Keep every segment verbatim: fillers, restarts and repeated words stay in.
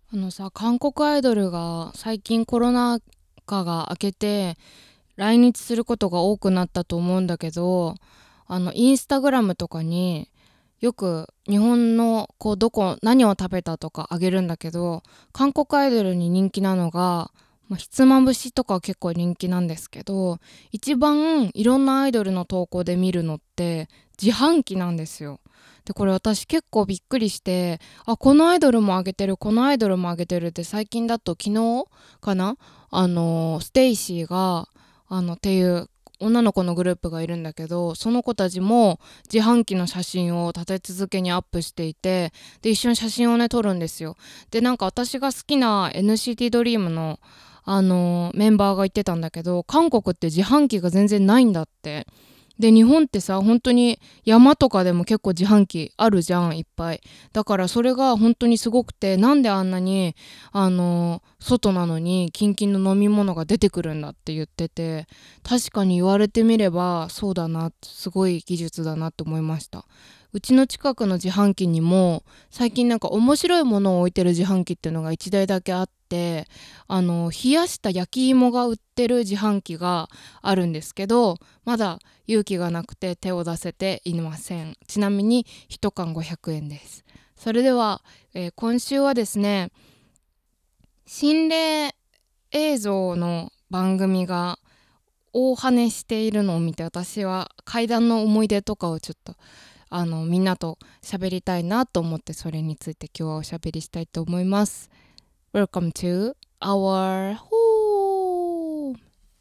あのさ、韓国アイドルが最近コロナ禍が明けて来日することが多くなったと思うんだけど、あのインスタグラムとかによく日本のこうどこ何を食べたとかあげるんだけど、韓国アイドルに人気なのが、まあ、ひつまぶしとか結構人気なんですけど、一番いろんなアイドルの投稿で見るのって自販機なんですよ。でこれ私結構びっくりして、あ、このアイドルも上げてる、このアイドルも上げてるって。最近だと昨日かな、あのステイシーがあのっていう女の子のグループがいるんだけど、その子たちも自販機の写真を立て続けにアップしていて、で一緒に写真をね撮るんですよ。でなんか私が好きな エヌシーティー ドリームのあのメンバーが言ってたんだけど、韓国って自販機が全然ないんだって。で日本ってさ、本当に山とかでも結構自販機あるじゃん、いっぱい。だからそれが本当にすごくて、なんであんなにあの外なのにキンキンの飲み物が出てくるんだって言ってて、確かに言われてみればそうだな、すごい技術だなって思いました。うちの近くの自販機にも最近なんか面白いものを置いてる自販機っていうのがいちだいだけあって、あの冷やした焼き芋が売ってる自販機があるんですけど、まだ勇気がなくて手を出せていません。ちなみにいち缶ごひゃくえんです。それでは、えー今週はですね、心霊映像の番組が大跳ねしているのを見て、私は怪談の思い出とかをちょっとあのみんなと喋りたいなと思って、それについて今日はおしゃべりしたいと思います。 Welcome to our home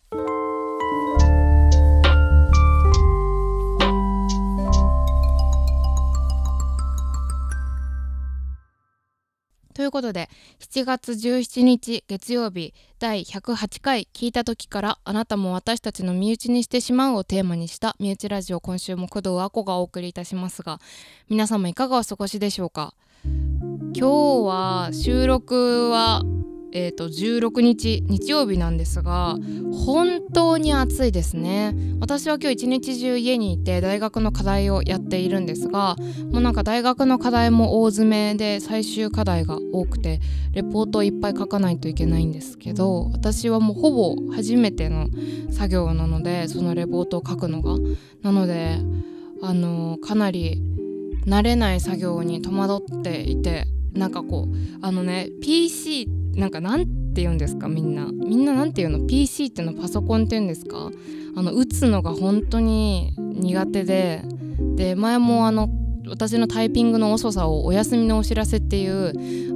ということで、しちがつじゅうしちにち月曜日だいひゃくはちかい、聞いた時からあなたも私たちの身内にしてしまうをテーマにした身内ラジオ、今週も工藤あこがお送りいたしますが、皆様いかがお過ごしでしょうか。今日は収録はえー、とじゅうろくにち日曜日なんですが、本当に暑いですね。私は今日一日中家にいて大学の課題をやっているんですが、もうなんか大学の課題も大詰めで最終課題が多くて、レポートをいっぱい書かないといけないんですけど、私はもうほぼ初めての作業なので、そのレポートを書くのが、なのであのかなり慣れない作業に戸惑っていて、なんかこうあのね ピーシー なんかなんて言うんですか、みんなみんななんて言うの？ ピーシー っていうのパソコンって言うんですか？あの打つのが本当に苦手で、で前もあの私のタイピングの遅さをお休みのお知らせっていう、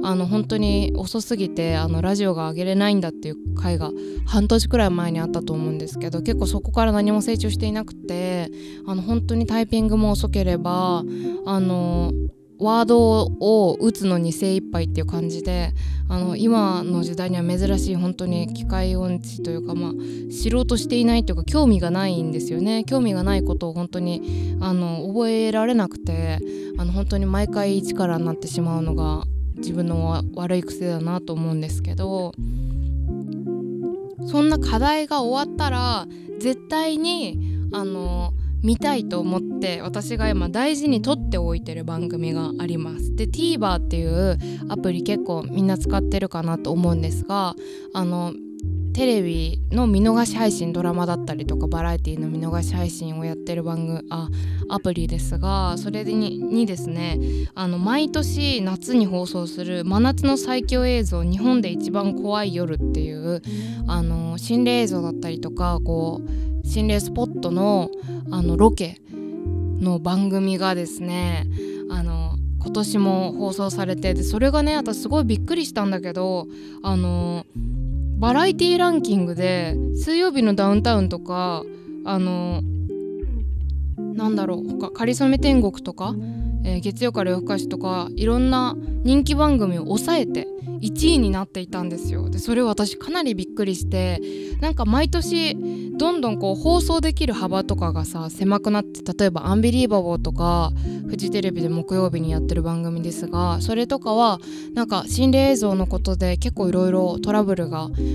あの本当に遅すぎてあのラジオが上げれないんだっていう回が半年くらい前にあったと思うんですけど、結構そこから何も成長していなくて、あの本当にタイピングも遅ければ、あのワードを打つのに精一杯っていう感じで、あの今の時代には珍しい本当に機械音痴というか、まあ知ろうとしていないというか興味がないんですよね。興味がないことを本当にあの覚えられなくて、あの本当に毎回一からになってしまうのが自分の悪い癖だなと思うんですけど、そんな課題が終わったら絶対にあの見たいと思って私が今大事に取っておいてる番組があります。で TVer っていうアプリ結構みんな使ってるかなと思うんですが、あのテレビの見逃し配信、ドラマだったりとかバラエティの見逃し配信をやってる番組あアプリですが、それににですね、あの毎年夏に放送する真夏の最強映像、日本で一番怖い夜っていうあの心霊映像だったりとか、こう心霊スポットのあのロケの番組がですね、あの今年も放送されて、でそれがね私すごいびっくりしたんだけど、あのバラエティランキングで水曜日のダウンタウンとか、あのなんだろう他かりそめ天国とか、えー月曜から夜更かしとか、いろんな人気番組を抑えていちいになっていたんですよ。でそれを私かなりびっくりして、なんか毎年どんどんこう放送できる幅とかがさ狭くなって、例えばアンビリーバボーとかフジテレビで木曜日にやってる番組ですが、それとかはなんか心霊映像のことで結構いろいろトラブルがあって、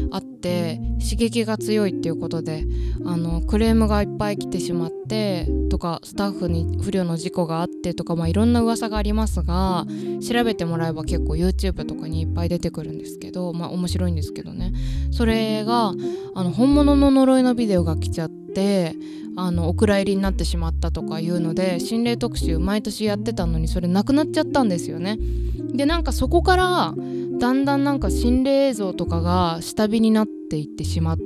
って刺激が強いっていうことであのクレームがいっぱい来てしまってとか、スタッフに不慮の事故があってとか、まあ、いろんな噂がありますが、調べてもらえば結構 YouTube とかにいっぱい出てくるんですけど、まあ面白いんですけどね。それがあの本物の呪いのビデオが来ちゃって、あのお蔵入りになってしまったとかいうので、心霊特集毎年やってたのにそれなくなっちゃったんですよね。でなんかそこからだんだんなんか心霊映像とかが下火になっていってしまって、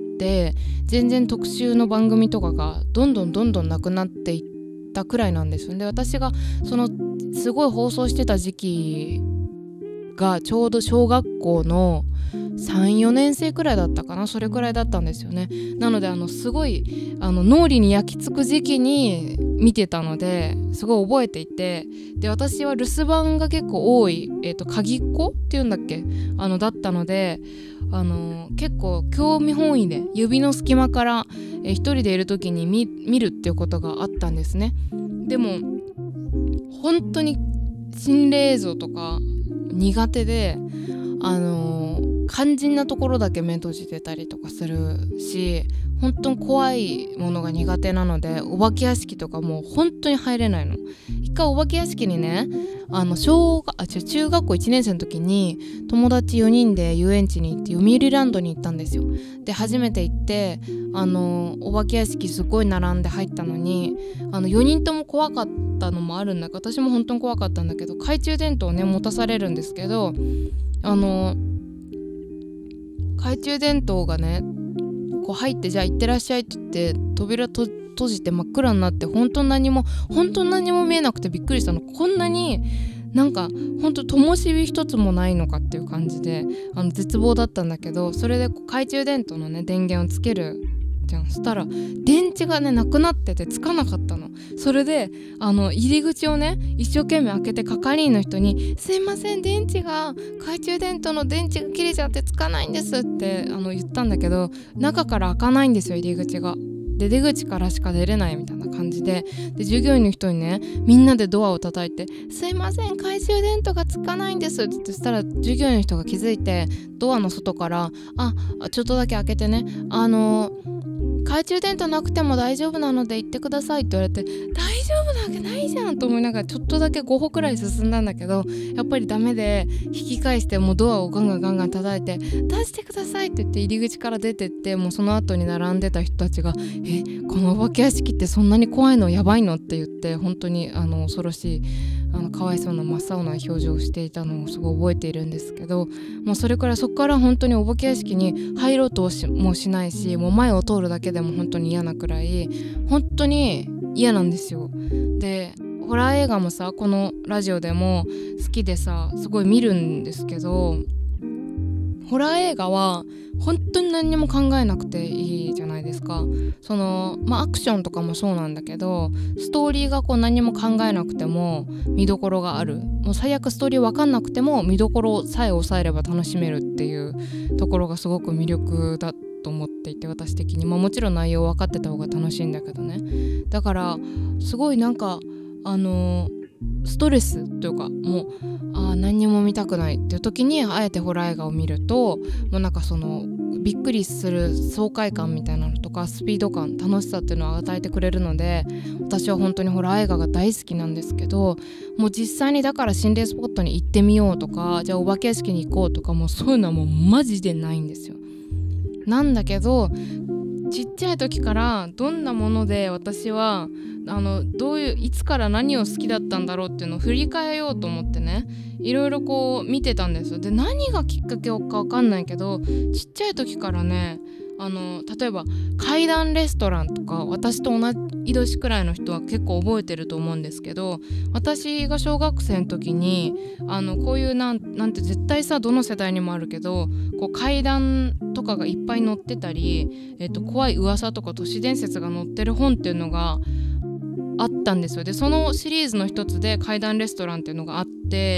全然特集の番組とかがどんどんどんどんなくなっていったくらいなんですよ。で私がそのすごい放送してた時期がちょうど小学校のさん、よねん生くらいだったかな、それくらいだったんですよね。なのであのすごいあの脳裏に焼き付く時期に見てたのですごい覚えていて、で私は留守番が結構多い、えーと、鍵っ子っていうんだっけ、あのだったのであの結構興味本位で指の隙間から、えー、一人でいる時に 見, 見るっていうことがあったんですね。でも本当に心霊映像とか苦手で、あのー肝心なところだけ目閉じてたりとかするし、本当に怖いものが苦手なので、お化け屋敷とかもう本当に入れないの。一回お化け屋敷にね、あの小学あ違う中学校いちねん生の時に友達よにんで遊園地に行って読売ランドに行ったんですよ。で初めて行ってあのお化け屋敷すごい並んで入ったのに、あのよにんとも怖かったのもあるんだけど、私も本当に怖かったんだけど、懐中電灯をね持たされるんですけど、あの懐中電灯がねこう入って、じゃあ行ってらっしゃいって言って扉と閉じて真っ暗になって、本当に何も本当に何も見えなくてびっくりしたの。こんなになんか本当灯火一つもないのかっていう感じで、あの絶望だったんだけど、それで懐中電灯のね電源をつけるじゃん。したら電池がねなくなっててつかなかったの。それであの入り口をね一生懸命開けて、係員の人にすいません電池が懐中電灯の電池が切れちゃってつかないんですってあの言ったんだけど、中から開かないんですよ入り口が。で出口からしか出れないみたいな感じで、で従業員の人にねみんなでドアを叩いて、すいません懐中電灯がつかないんですって言って、したら従業員の人が気づいてドアの外からあちょっとだけ開けてね、あの懐中電灯なくても大丈夫なので行ってくださいって言われて、大丈夫なわけないじゃんと思いながらちょっとだけご歩くらい進んだんだけど、やっぱりダメで引き返して、もうドアをガンガンガンガン叩いて出してくださいって言って入り口から出てって、もうその後に並んでた人たちがえこのお化け屋敷ってそんなに怖いのやばいのって言って、本当にあの恐ろしいあのかわいそうな真っ青な表情をしていたのをすごい覚えているんですけど、もうそれからそこから本当にお化け屋敷に入ろうともしないし、もう前を通るだけでも本当に嫌なくらい本当に嫌なんですよ。でホラー映画もさこのラジオでも好きでさすごい見るんですけど、ホラー映画は本当に何にも考えなくていいじゃないですか。そのまあアクションとかもそうなんだけど、ストーリーがこう何にも考えなくても見どころがある。もう最悪ストーリー分かんなくても見どころさえ抑えれば楽しめるっていうところがすごく魅力だと思っていて、私的に、まあ、もちろん内容分かってた方が楽しいんだけどね。だからすごいなんかあのストレスというか、もうあ何にも見たくないっていう時にあえてホラー映画を見ると、もうなんかそのびっくりする爽快感みたいなのとかスピード感楽しさっていうのを与えてくれるので、私は本当にホラー映画が大好きなんですけど、もう実際にだから心霊スポットに行ってみようとか、じゃあお化け屋敷に行こうとか、もうそういうのはもうマジでないんですよ。なんだけどちっちゃい時からどんなもので私はあのどういういつから何を好きだったんだろうっていうのを振り返ようと思ってね、いろいろこう見てたんですよ。で何がきっかけか分かんないけど、ちっちゃい時からねあの例えば階段レストランとか、私と同い年くらいの人は結構覚えてると思うんですけど、私が小学生の時にあのこういうなんなんて絶対さどの世代にもあるけど、こう階段とかがいっぱい載ってたり、えっと、怖い噂とか都市伝説が載ってる本っていうのがあったんですよ。でそのシリーズの一つで階段レストランっていうのがあって、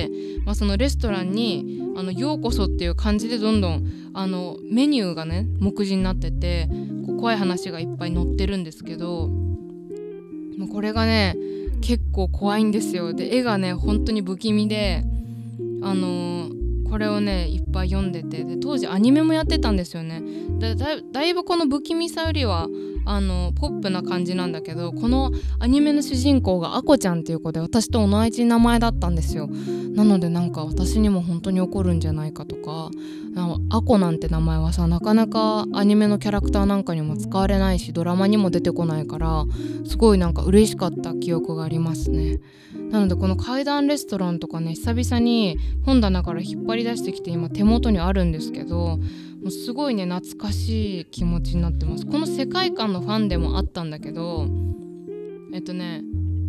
まあ、そのレストランにあのようこそっていう感じでどんどんあのメニューがね目次になってて、こう怖い話がいっぱい載ってるんですけど、もうこれがね結構怖いんですよ。で絵がね本当に不気味で、あのこれをねいっぱい読んでて、で当時アニメもやってたんですよね。で だ, だいぶこの不気味さよりはあのポップな感じなんだけど、このアニメの主人公がアコちゃんっていう子で、私と同じ名前だったんですよ。なのでなんか私にも本当に起こるんじゃないかとか、アコなんて名前はさなかなかアニメのキャラクターなんかにも使われないし、ドラマにも出てこないから、すごいなんか嬉しかった記憶がありますね。なのでこの階段レストランとかね、久々に本棚から引っ張り出してきて今手元にあるんですけど、もうすごいね懐かしい気持ちになってます。この世界観のファンでもあったんだけど、えっとね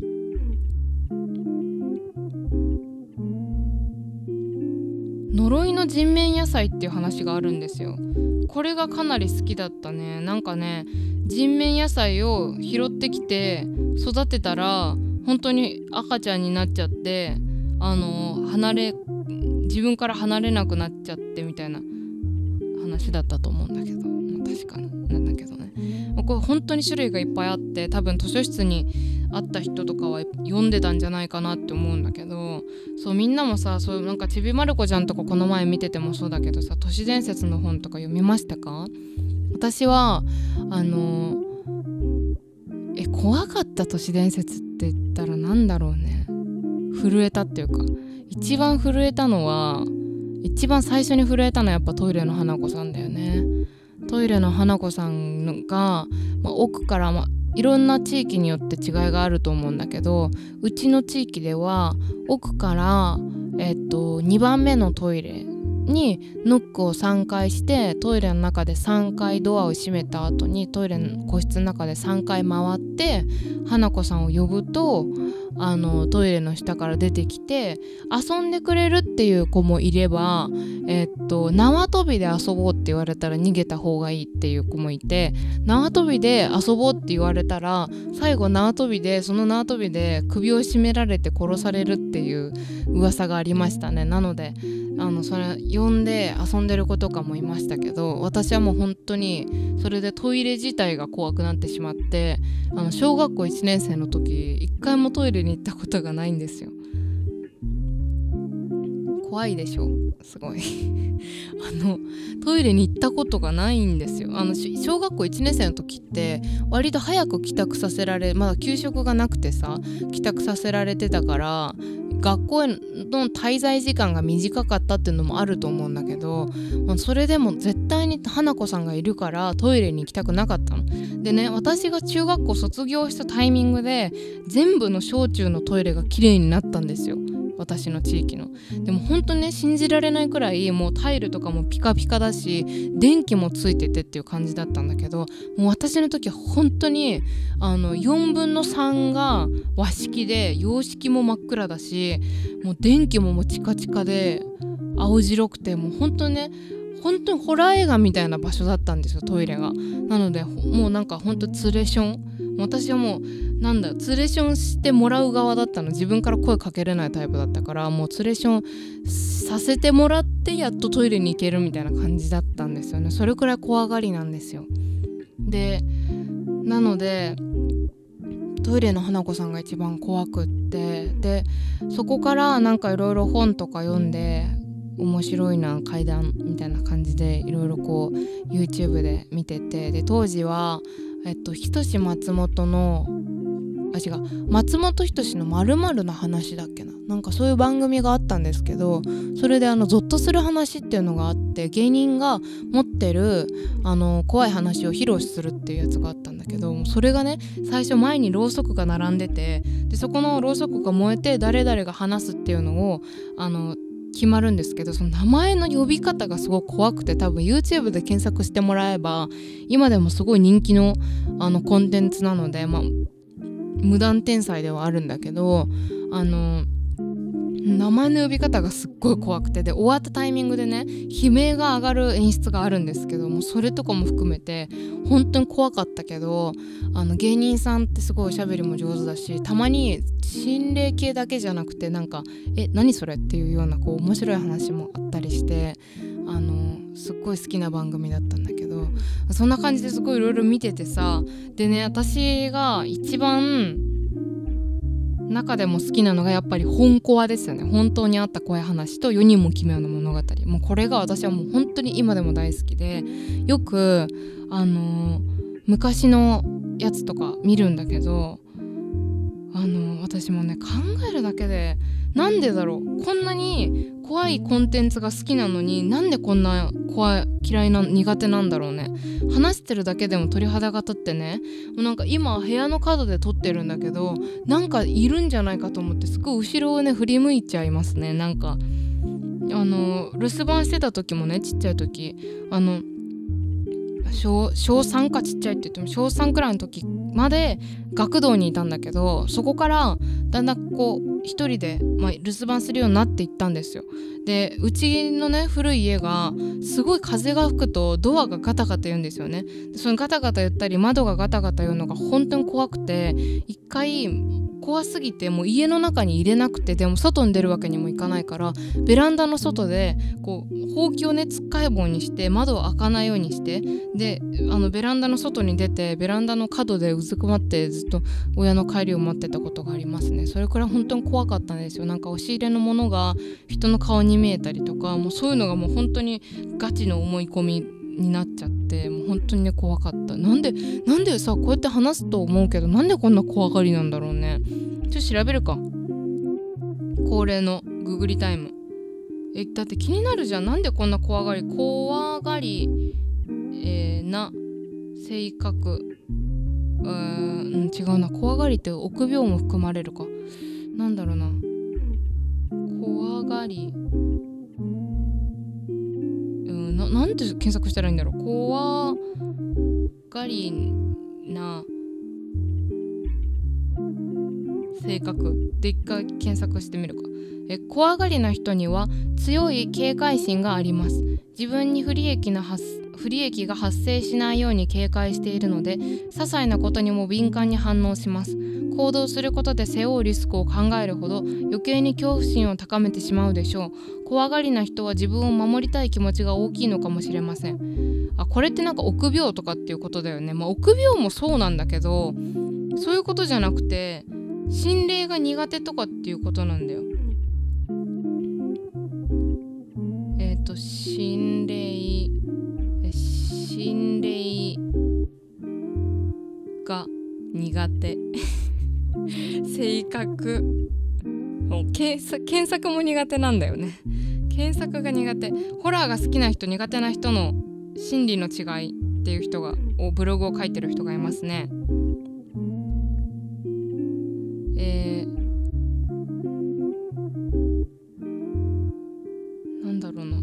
呪いの人面野菜っていう話があるんですよ。これがかなり好きだったね。なんかね人面野菜を拾ってきて育てたら本当に赤ちゃんになっちゃって、あの離れ自分から離れなくなっちゃってみたいな話だったと思うんだけど、確かなんだけどね、これ本当に種類がいっぱいあって、多分図書室にあった人とかは読んでたんじゃないかなって思うんだけど、そうみんなもさ、そうなんかちびまる子ちゃんとかこの前見ててもそうだけどさ、都市伝説の本とか読みましたか？私はあのえ怖かった都市伝説って言ったらなんだろうね、震えたっていうか、一番震えたのは一番最初に震えたのはやっぱトイレの花子さんだよね。トイレの花子さんが、まあ、奥から、まあ、いろんな地域によって違いがあると思うんだけど、うちの地域では奥から、えっと、にばんめのトイレにノックをさんかいして、トイレの中でさんかいドアを閉めた後にトイレの個室の中でさんかい回って花子さんを呼ぶと、あのトイレの下から出てきて遊んでくれるっていう子もいれば、えっと縄跳びで遊ぼうって言われたら逃げた方がいいっていう子もいて、縄跳びで遊ぼうって言われたら最後縄跳びでその縄跳びで首を絞められて殺されるっていう噂がありましたね。なのであのそれ呼んで遊んでる子とかもいましたけど、私はもう本当にそれでトイレ自体が怖くなってしまって、あの小学校いちねん生の時一回もトイレに行ったことがないんですよ。怖いでしょすごいあのトイレに行ったことがないんですよ。あの小学校いちねん生の時って割と早く帰宅させられ、まだ給食がなくてさ帰宅させられてたから、学校への滞在時間が短かったっていうのもあると思うんだけど、それでも絶対に花子さんがいるからトイレに行きたくなかったのでね、私が中学校卒業したタイミングで全部の小中のトイレが綺麗になったんですよ、私の地域の。でも本当ね信じられないくらいもうタイルとかもピカピカだし電気もついててっていう感じだったんだけど、もう私の時は本当にあのよんぶんのさんが和式で洋式も真っ暗だし、もう電気ももうチカチカで青白くて、もう本当にね本当にホラー映画みたいな場所だったんですよトイレが。なのでもうなんか本当ツレション、私はもうなんだツレションしてもらう側だったの。自分から声かけれないタイプだったから、もうツレションさせてもらってやっとトイレに行けるみたいな感じだったんですよね。それくらい怖がりなんですよ。でなのでトイレの花子さんが一番怖くって、でそこからなんかいろいろ本とか読んで面白いな怪談みたいな感じでいろいろこう YouTube で見てて、で当時はえっと人志松本のあ違う松本人志の〇〇の話だっけな、なんかそういう番組があったんですけど、それであのゾッとする話っていうのがあって、芸人が持ってるあの怖い話を披露するっていうやつがあったんだけど、それがね最初前にろうそくが並んでて、でそこのろうそくが燃えて誰々が話すっていうのをあの決まるんですけど、その名前の呼び方がすごく怖くて、多分 YouTube で検索してもらえば今でもすごい人気のあのコンテンツなので、まあ無断転載ではあるんだけど、あの名前の呼び方がすっごい怖くて、で終わったタイミングでね悲鳴が上がる演出があるんですけども、それとかも含めて本当に怖かったけど、あの芸人さんってすごいおしゃべりも上手だし、たまに心霊系だけじゃなくてなんかえ何それっていうようなこう面白い話もあったりして、あのすっごい好きな番組だったんだけど、そんな感じですごいいろいろ見ててさ、でね私が一番中でも好きなのがやっぱり本コアですよね。本当にあった怖い話とよにんも奇妙な物語、もうこれが私はもう本当に今でも大好きで、よくあのー、昔のやつとか見るんだけど、あのー、私もね考えるだけでなんでだろう、こんなに怖いコンテンツが好きなのになんでこんな怖い嫌いな苦手なんだろうね。話してるだけでも鳥肌が立ってね、もうなんか今部屋の角で撮ってるんだけど、なんかいるんじゃないかと思ってすごい後ろをね振り向いちゃいますね。なんかあの留守番してた時もね、ちっちゃい時あの小, 小さんかちっちゃいって言っても小さんくらいの時まで学童にいたんだけど、そこからだんだんこう一人で、まあ、留守番するようになっていったんですよ。でうちのね古い家がすごい風が吹くとドアがガタガタ言うんですよね。でそのガタガタ言ったり窓がガタガタ言うのが本当に怖くて、一回怖すぎてもう家の中に入れなくて、でも外に出るわけにもいかないからベランダの外でこうほうきをねつっかえ棒にして窓を開かないようにして、であのベランダの外に出てベランダの角でうずくまってずっと親の帰りを待ってたことがありますね。それくらい本当に怖かったんですよ。なんか押し入れのものが人の顔に見えたりとか、もうそういうのがもう本当にガチの思い込みになっちゃって、もう本当にね怖かった。なんでなんでさこうやって話すと思うけど、なんでこんな怖がりなんだろうね。ちょっと調べるか、恒例のググりタイム。えだって気になるじゃん、なんでこんな怖がり怖がり、えー、な性格、うーん違うな、怖がりって臆病も含まれるか、なんだろうな、怖がり、うんな、なんて検索したらいいんだろう、怖がりな性格で一回検索してみるか。え怖がりな人には強い警戒心があります。自分に不利益な発不利益が発生しないように警戒しているので、些細なことにも敏感に反応します。行動することで背負うリスクを考えるほど余計に恐怖心を高めてしまうでしょう。怖がりな人は自分を守りたい気持ちが大きいのかもしれません。あ、これってなんか臆病とかっていうことだよね。まあ臆病もそうなんだけど、そういうことじゃなくて心霊が苦手とかっていうことなんだよ。えっと心霊心霊が苦手性格もう検索、検索も苦手なんだよね。検索が苦手。ホラーが好きな人苦手な人の心理の違いっていう人がブログを書いてる人がいますね。えー、なんだろうな、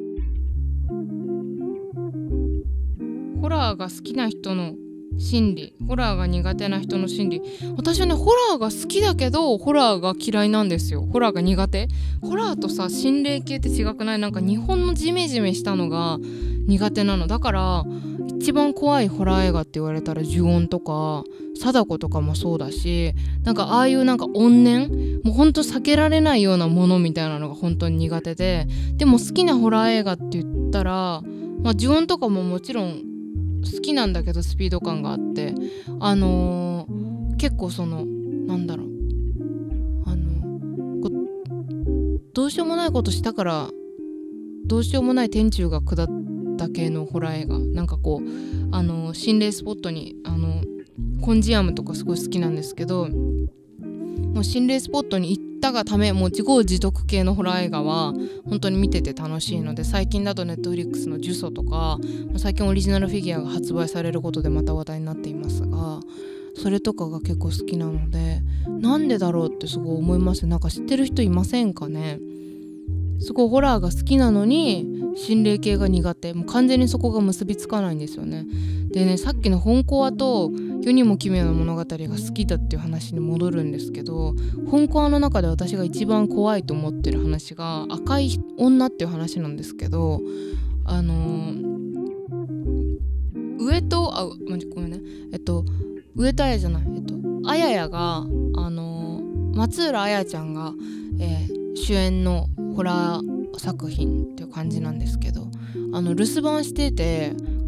ホラーが好きな人の心理、ホラーが苦手な人の心理。私はねホラーが好きだけどホラーが嫌いなんですよ。ホラーが苦手。ホラーとさ心霊系って違くない？なんか日本のジメジメしたのが苦手なの。だから一番怖いホラー映画って言われたら呪怨とか貞子とかもそうだし、なんかああいうなんか怨念、もうほんと避けられないようなものみたいなのが本当に苦手で、でも好きなホラー映画って言ったら、まあ呪怨とかももちろん好きなんだけどスピード感があって、あのー、結構そのなんだろう、あのこどうしようもないことしたからどうしようもない天柱が下った系のホラー映画、なんかこうあのー、心霊スポットにあのコンジアムとかすごい好きなんですけど、もう心霊スポットに行ったがためもう自業自得系のホラー映画は本当に見てて楽しいので、最近だとネットフリックスの呪詛とか最近オリジナルフィギュアが発売されることでまた話題になっていますが、それとかが結構好きなので、なんでだろうってすごい思います。なんか知ってる人いませんかね。すごいホラーが好きなのに心霊系が苦手、もう完全にそこが結びつかないんですよね。でね、さっきの本コアと世にも奇妙な物語が好きだっていう話に戻るんですけど、本コアの中で私が一番怖いと思ってる話が赤い女っていう話なんですけど、あのー、上戸あごめんねえっと上戸彩じゃないえっとあややがあのー、松浦彩ちゃんが、えー、主演のホラー作品っていう感じなんですけど、あの留守番してて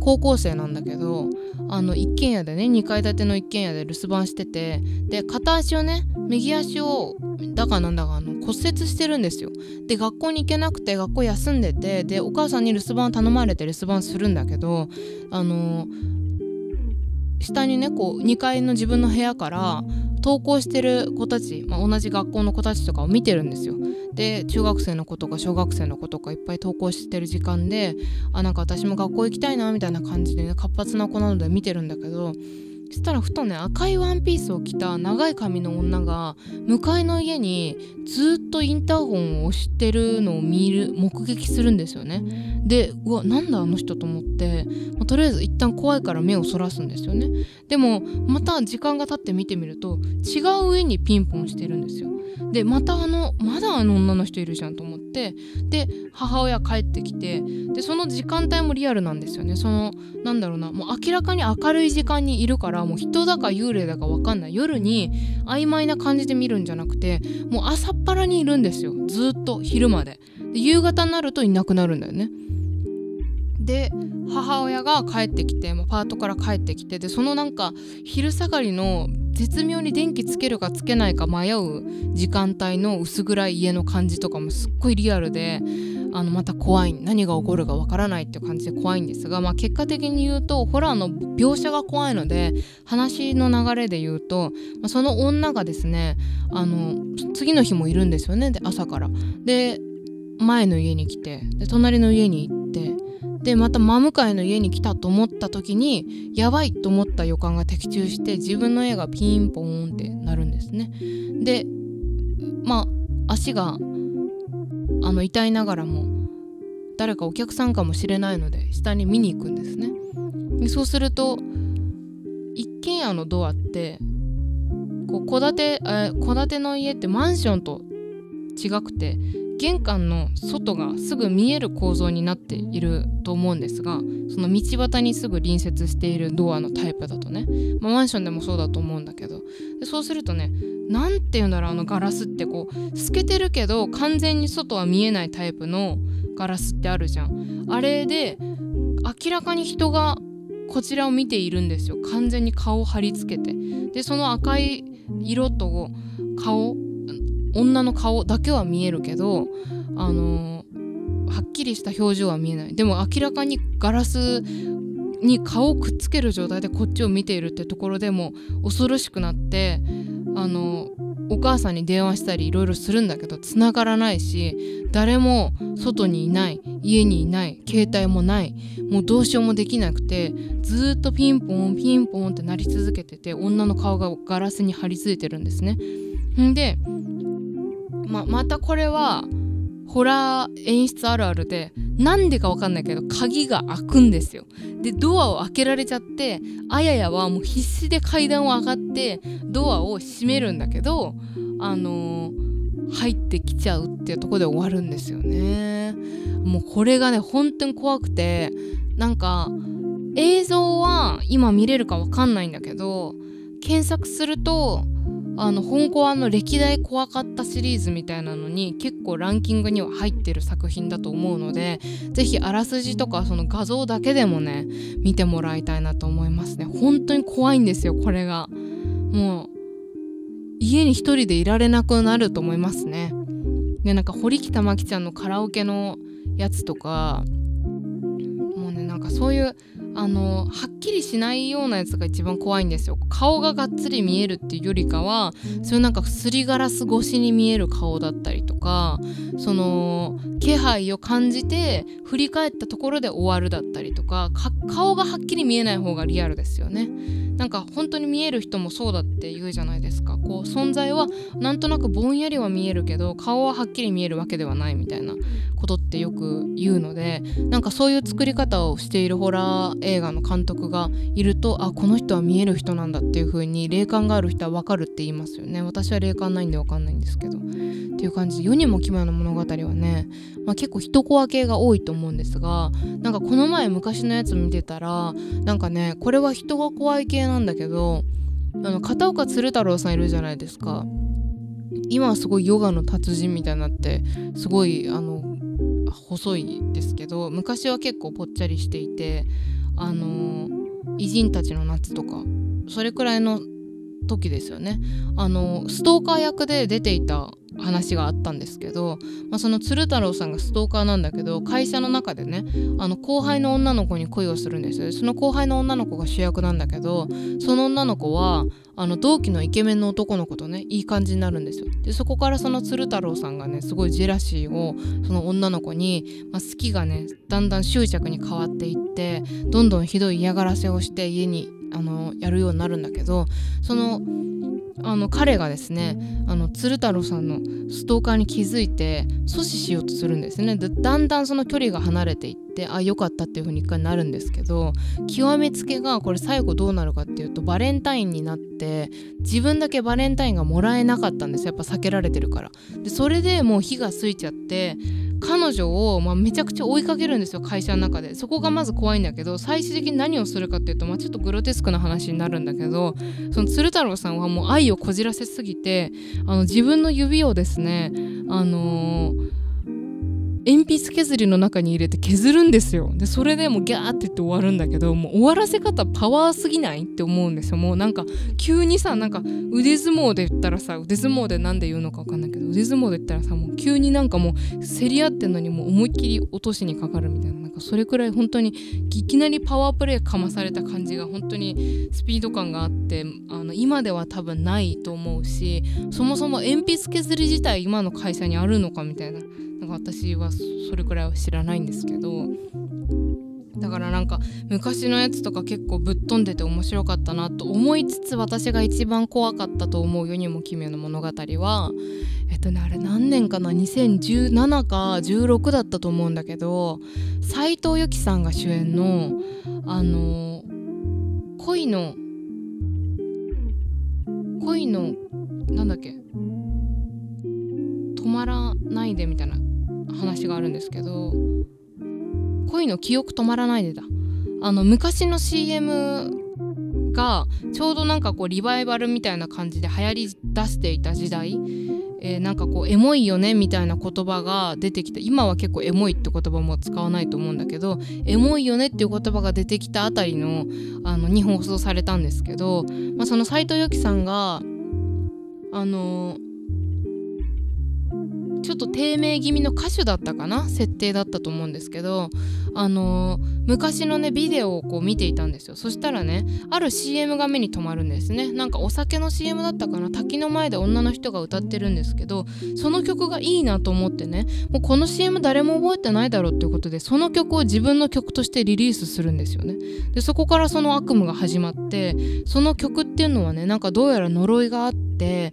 高校生なんだけど、あの一軒家でねにかい建ての一軒家で留守番してて、で片足をね右足をだかなんだかあの骨折してるんですよ。で学校に行けなくて学校休んでて、でお母さんに留守番を頼まれて留守番するんだけど、あの下にねこうにかいの自分の部屋から登校してる子たち、まあ、同じ学校の子たちとかを見てるんですよ。で中学生の子とか小学生の子とかいっぱい登校してる時間で、あなんか私も学校行きたいなみたいな感じで、ね、活発な子なので見てるんだけど、そしたらふとね赤いワンピースを着た長い髪の女が向かいの家にずっとインターホンを押してるのを見る目撃するんですよね。でうわなんだあの人と思って、まあ、とりあえず一旦怖いから目をそらすんですよね。でもまた時間が経って見てみると違う家にピンポンしてるんですよ。でまたあのまだあの女の人いるじゃんと思って、で母親帰ってきて、でその時間帯もリアルなんですよね。そのなんだろうな、もう明らかに明るい時間にいるから、もう人だか幽霊だか分かんない、夜に曖昧な感じで見るんじゃなくて、もう朝っぱらにいるんですよ、ずっと昼まで。で夕方になるといなくなるんだよね。で母親が帰ってきて、まあ、パートから帰ってきて、でそのなんか昼下がりの絶妙に電気つけるかつけないか迷う時間帯の薄暗い家の感じとかもすっごいリアルで、あのまた怖い、何が起こるかわからないっていう感じで怖いんですが、まあ、結果的に言うとホラーの描写が怖いので、話の流れで言うと、まあ、その女がですね、あの次の日もいるんですよね。で朝からで前の家に来て、で隣の家に行って、でまた真向かいの家に来たと思った時にやばいと思った予感が的中して、自分の家がピンポーンってなるんですね。でまあ足があの痛いながらも誰かお客さんかもしれないので下に見に行くんですね。でそうすると一軒家のドアってこう戸建て、え戸建ての家ってマンションと違くて、玄関の外がすぐ見える構造になっていると思うんですが、その道端にすぐ隣接しているドアのタイプだとね、まあ、マンションでもそうだと思うんだけど、でそうするとね、なんていうんだろう、あのガラスってこう透けてるけど完全に外は見えないタイプのガラスってあるじゃん。あれで明らかに人がこちらを見ているんですよ。完全に顔を貼り付けて、でその赤い色と顔、女の顔だけは見えるけど、あのー、はっきりした表情は見えない。でも明らかにガラスに顔をくっつける状態でこっちを見ているってところでも恐ろしくなって、あのー、お母さんに電話したりいろいろするんだけど繋がらないし、誰も外にいない、家にいない、携帯もない、もうどうしようもできなくて、ずっとピンポンピンポンって鳴り続けてて、女の顔がガラスに張り付いてるんですね。んでま, またこれはホラー演出あるあるで、なんでかわかんないけど鍵が開くんですよ。でドアを開けられちゃって、あややはもう必死で階段を上がってドアを閉めるんだけど、あのー、入ってきちゃうっていうところで終わるんですよね。もうこれがね本当に怖くて、なんか映像は今見れるかわかんないんだけど、検索するとあの本コアの歴代怖かったシリーズみたいなのに結構ランキングには入ってる作品だと思うので、ぜひあらすじとかその画像だけでもね見てもらいたいなと思いますね。本当に怖いんですよこれが。もう家に一人でいられなくなると思いますね。でなんか堀北真希ちゃんのカラオケのやつとかもうね、なんかそういうあのはっきりしないようなやつが一番怖いんですよ。顔ががっつり見えるっていうよりかは、そういうなんかすりガラス越しに見える顔だったりとか、その気配を感じて振り返ったところで終わるだったりとか、か顔がはっきり見えない方がリアルですよね。なんか本当に見える人もそうだって言うじゃないですか。こう存在はなんとなくぼんやりは見えるけど顔ははっきり見えるわけではないみたいなことってよく言うので、なんかそういう作り方をしているホラー映画の監督がいると、あこの人は見える人なんだっていう風に霊感がある人は分かるって言いますよね。私は霊感ないんで分かんないんですけどっていう感じで、世にも奇妙な物語はね、まあ、結構人コア系が多いと思うんですが、なんかこの前昔のやつ見てたら、なんかねこれは人が怖い系なんだけど、あの片岡鶴太郎さんいるじゃないですか。今はすごいヨガの達人みたいになってすごいあの細いですけど、昔は結構ぽっちゃりしていて、 あの偉人たちの夏とかそれくらいの時ですよね。あのストーカー役で出ていた話があったんですけど、まあ、その鶴太郎さんがストーカーなんだけど会社の中でねあの後輩の女の子に恋をするんですよ。その後輩の女の子が主役なんだけど、その女の子はあの同期のイケメンの男の子とねいい感じになるんですよ。でそこからその鶴太郎さんがねすごいジェラシーをその女の子に、まあ、好きがねだんだん執着に変わっていってどんどんひどい嫌がらせをして家にあのやるようになるんだけど、そのあの彼がですねあの鶴太郎さんのストーカーに気づいて阻止しようとするんですね。でだんだんその距離が離れていってあ良かったっていう風に一回なるんですけど、極めつけがこれ最後どうなるかっていうとバレンタインになって自分だけバレンタインがもらえなかったんですよ。やっぱ避けられてるから。でそれでもう火がついちゃって彼女を、まあ、めちゃくちゃ追いかけるんですよ会社の中で。そこがまず怖いんだけど最終的に何をするかっていうと、まあ、ちょっとグロテスクな話になるんだけど、その鶴太郎さんはもう愛をこじらせすぎてあの自分の指をですねあのー鉛筆削りの中に入れて削るんですよ。でそれでもうギャーって言って終わるんだけど、もう終わらせ方パワーすぎないって思うんですよ。もうなんか急にさなんか腕相撲で言ったらさ腕相撲でなんで言うのか分かんないけど腕相撲で言ったらさもう急になんかもう競り合ってんのにもう思いっきり落としにかかるみたいな、なんかそれくらい本当にいきなりパワープレイかまされた感じが本当にスピード感があってあの今では多分ないと思うし、そもそも鉛筆削り自体今の会社にあるのかみたいな、なんか私はそれくらいは知らないんですけど、だからなんか昔のやつとか結構ぶっ飛んでて面白かったなと思いつつ、私が一番怖かったと思う世にも奇妙な物語はえっとねあれ何年かなにせんじゅうななかじゅうろくだったと思うんだけど、斉藤由貴さんが主演のあの恋の恋のなんだっけ止まらないでみたいな話があるんですけど、恋の記憶止まらないでだ。あの昔の シーエム がちょうどなんかこうリバイバルみたいな感じで流行り出していた時代、えー、なんかこうエモいよねみたいな言葉が出てきた。今は結構エモいって言葉も使わないと思うんだけど、エモいよねっていう言葉が出てきたあたりのあのに放送されたんですけど、まあ、その斉藤由貴さんがあのーちょっと低迷気味の歌手だったかな設定だったと思うんですけど、あのー、昔のねビデオをこう見ていたんですよ。そしたらねある シーエム が目に留まるんですね。なんかお酒の シーエム だったかな、滝の前で女の人が歌ってるんですけど、その曲がいいなと思ってね、もうこの シーエム 誰も覚えてないだろうっていうことでその曲を自分の曲としてリリースするんですよね。でそこからその悪夢が始まって、その曲っていうのはねなんかどうやら呪いがあって、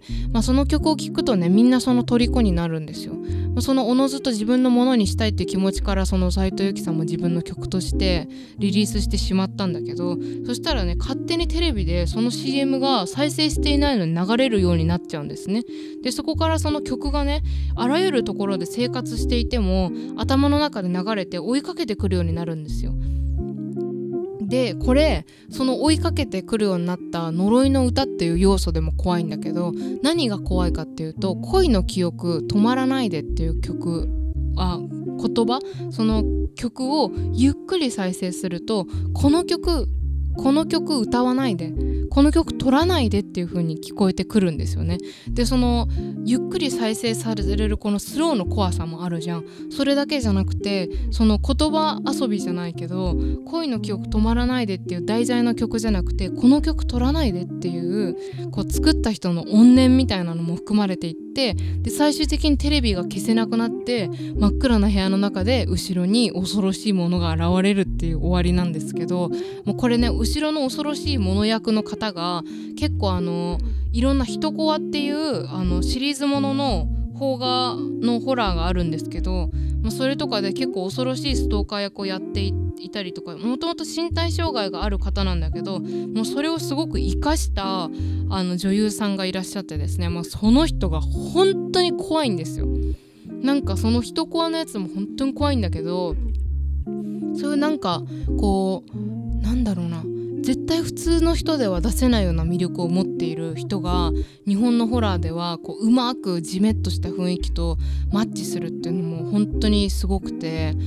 まあ、その曲を聴くとねみんなその虜になるんですよ。そのおのずと自分のものにしたいっていう気持ちからその斉藤由貴さんも自分の曲としてリリースしてしまったんだけど、そしたらね勝手にテレビでその シーエム が再生していないのに流れるようになっちゃうんですね。でそこからその曲がねあらゆるところで生活していても頭の中で流れて追いかけてくるようになるんですよ。でこれその追いかけてくるようになった呪いの歌っていう要素でも怖いんだけど、何が怖いかっていうと恋の記憶止まらないでっていう曲あ言葉その曲をゆっくり再生するとこの曲この曲歌わないでこの曲取らないでっていう風に聞こえてくるんですよね。でそのゆっくり再生されるこのスローの怖さもあるじゃん。それだけじゃなくてその言葉遊びじゃないけど恋の記憶止まらないでっていう題材の曲じゃなくてこの曲取らないでっていうこう作った人の怨念みたいなのも含まれていって、で最終的にテレビが消せなくなって真っ暗な部屋の中で後ろに恐ろしいものが現れるっていう終わりなんですけど、もうこれね後ろの恐ろしいもの役の方が結構あのいろんな人コアっていうあのシリーズものの邦画のホラーがあるんですけど、まあ、それとかで結構恐ろしいストーカー役をやっていたりとか、もともと身体障害がある方なんだけどもうそれをすごく生かしたあの女優さんがいらっしゃってですね、まあ、その人が本当に怖いんですよ。なんかその人コアのやつも本当に怖いんだけど、そういうなんかこうなんだろうな絶対普通の人では出せないような魅力を持っている人が日本のホラーではこううまくジメッとした雰囲気とマッチするっていうのも本当にすごくて、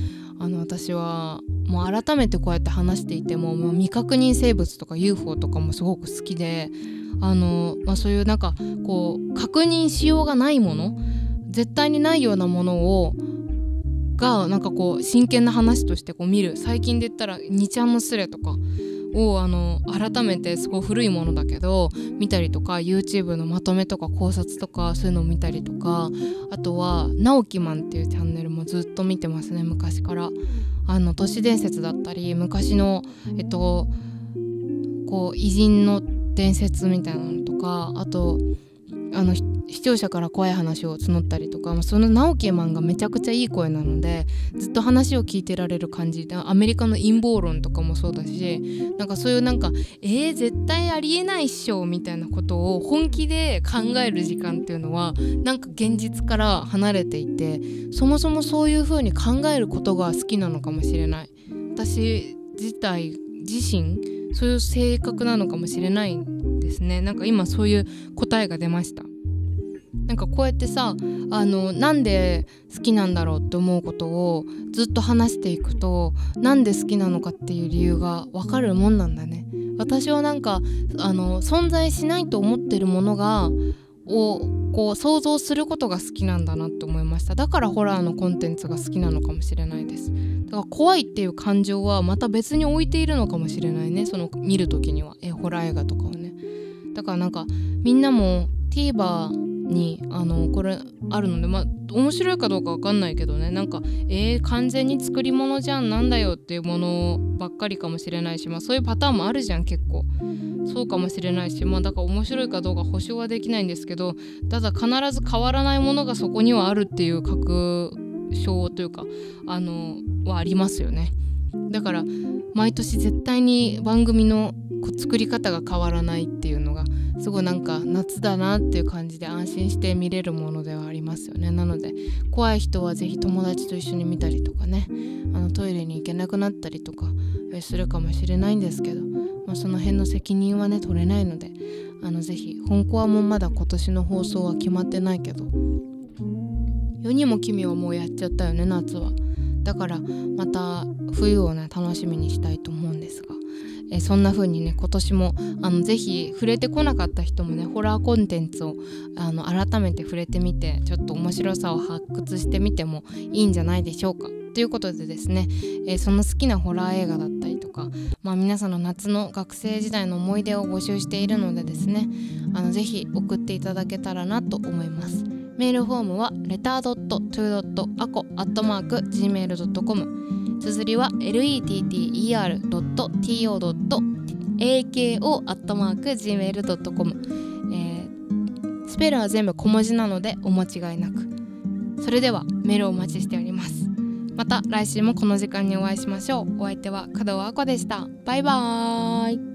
あの私はもう改めてこうやって話していても、もう未確認生物とか ユーフォー とかもすごく好きで、あの、まあ、そういうなんかこう確認しようがないもの、絶対にないようなものをがなんかこう真剣な話としてこう見る、最近で言ったらにちゃんのスレとかをあの改めてすごい古いものだけど見たりとか、 YouTube のまとめとか考察とかそういうのを見たりとか、あとは直木マンっていうチャンネルもずっと見てますね、昔から。あの都市伝説だったり昔のえっとこう偉人の伝説みたいなのとか、あとあの視聴者から怖い話を募ったりとか、その直木マンがめちゃくちゃいい声なのでずっと話を聞いてられる感じで、アメリカの陰謀論とかもそうだし、なんかそういうなんかえー、絶対ありえないっしょみたいなことを本気で考える時間っていうのはなんか現実から離れていて、そもそもそういう風に考えることが好きなのかもしれない。私自体自身そういう性格なのかもしれないんですね。なんか今そういう答えが出ました。なんかこうやってさ、あのなんで好きなんだろうって思うことをずっと話していくと、なんで好きなのかっていう理由がわかるもんなんだね。私はなんかあの存在しないと思ってるものがをこう想像することが好きなんだなって思いました。だからホラーのコンテンツが好きなのかもしれないです。だから怖いっていう感情はまた別に置いているのかもしれないね、その見るときにはえホラー映画とかをね。だからなんかみんなも TVer にあのこれあるので、まあ面白いかどうかわかんないけどね、なんかえー、完全に作り物じゃんなんだよっていうものばっかりかもしれないし、まあそういうパターンもあるじゃん結構。そうかもしれないし、まあだから面白いかどうか保証はできないんですけど、ただ必ず変わらないものがそこにはあるっていう確証というかあのはありますよね。だから毎年絶対に番組の作り方が変わらないっていうのがすごいなんか夏だなっていう感じで安心して見れるものではありますよね。なので怖い人はぜひ友達と一緒に見たりとかね、あのトイレに行けなくなったりとかするかもしれないんですけど、まあ、その辺の責任はね取れないので、あのぜひ本コアもまだ今年の放送は決まってないけど、世にも奇妙はもうやっちゃったよね夏は。だからまた冬をね楽しみにしたいと思うんですが、えそんな風にね今年もあのぜひ触れてこなかった人もねホラーコンテンツをあの改めて触れてみて、ちょっと面白さを発掘してみてもいいんじゃないでしょうか。ということでですね、えー、その好きなホラー映画だったりとか、まあ、皆さんの夏の学生時代の思い出を募集しているのでですね、あのぜひ送っていただけたらなと思います。メールフォームは レター ドット トゥー ドット アコ アットマーク ジーメール ドット コム、 綴りは レター ドット トゥー ドット アコ アットマーク ジーメール ドット コム、 えー、スペルは全部小文字なのでお間違いなく。それではメールをお待ちしております。また来週もこの時間にお会いしましょう。お相手は門尾あこでした。バイバーイ。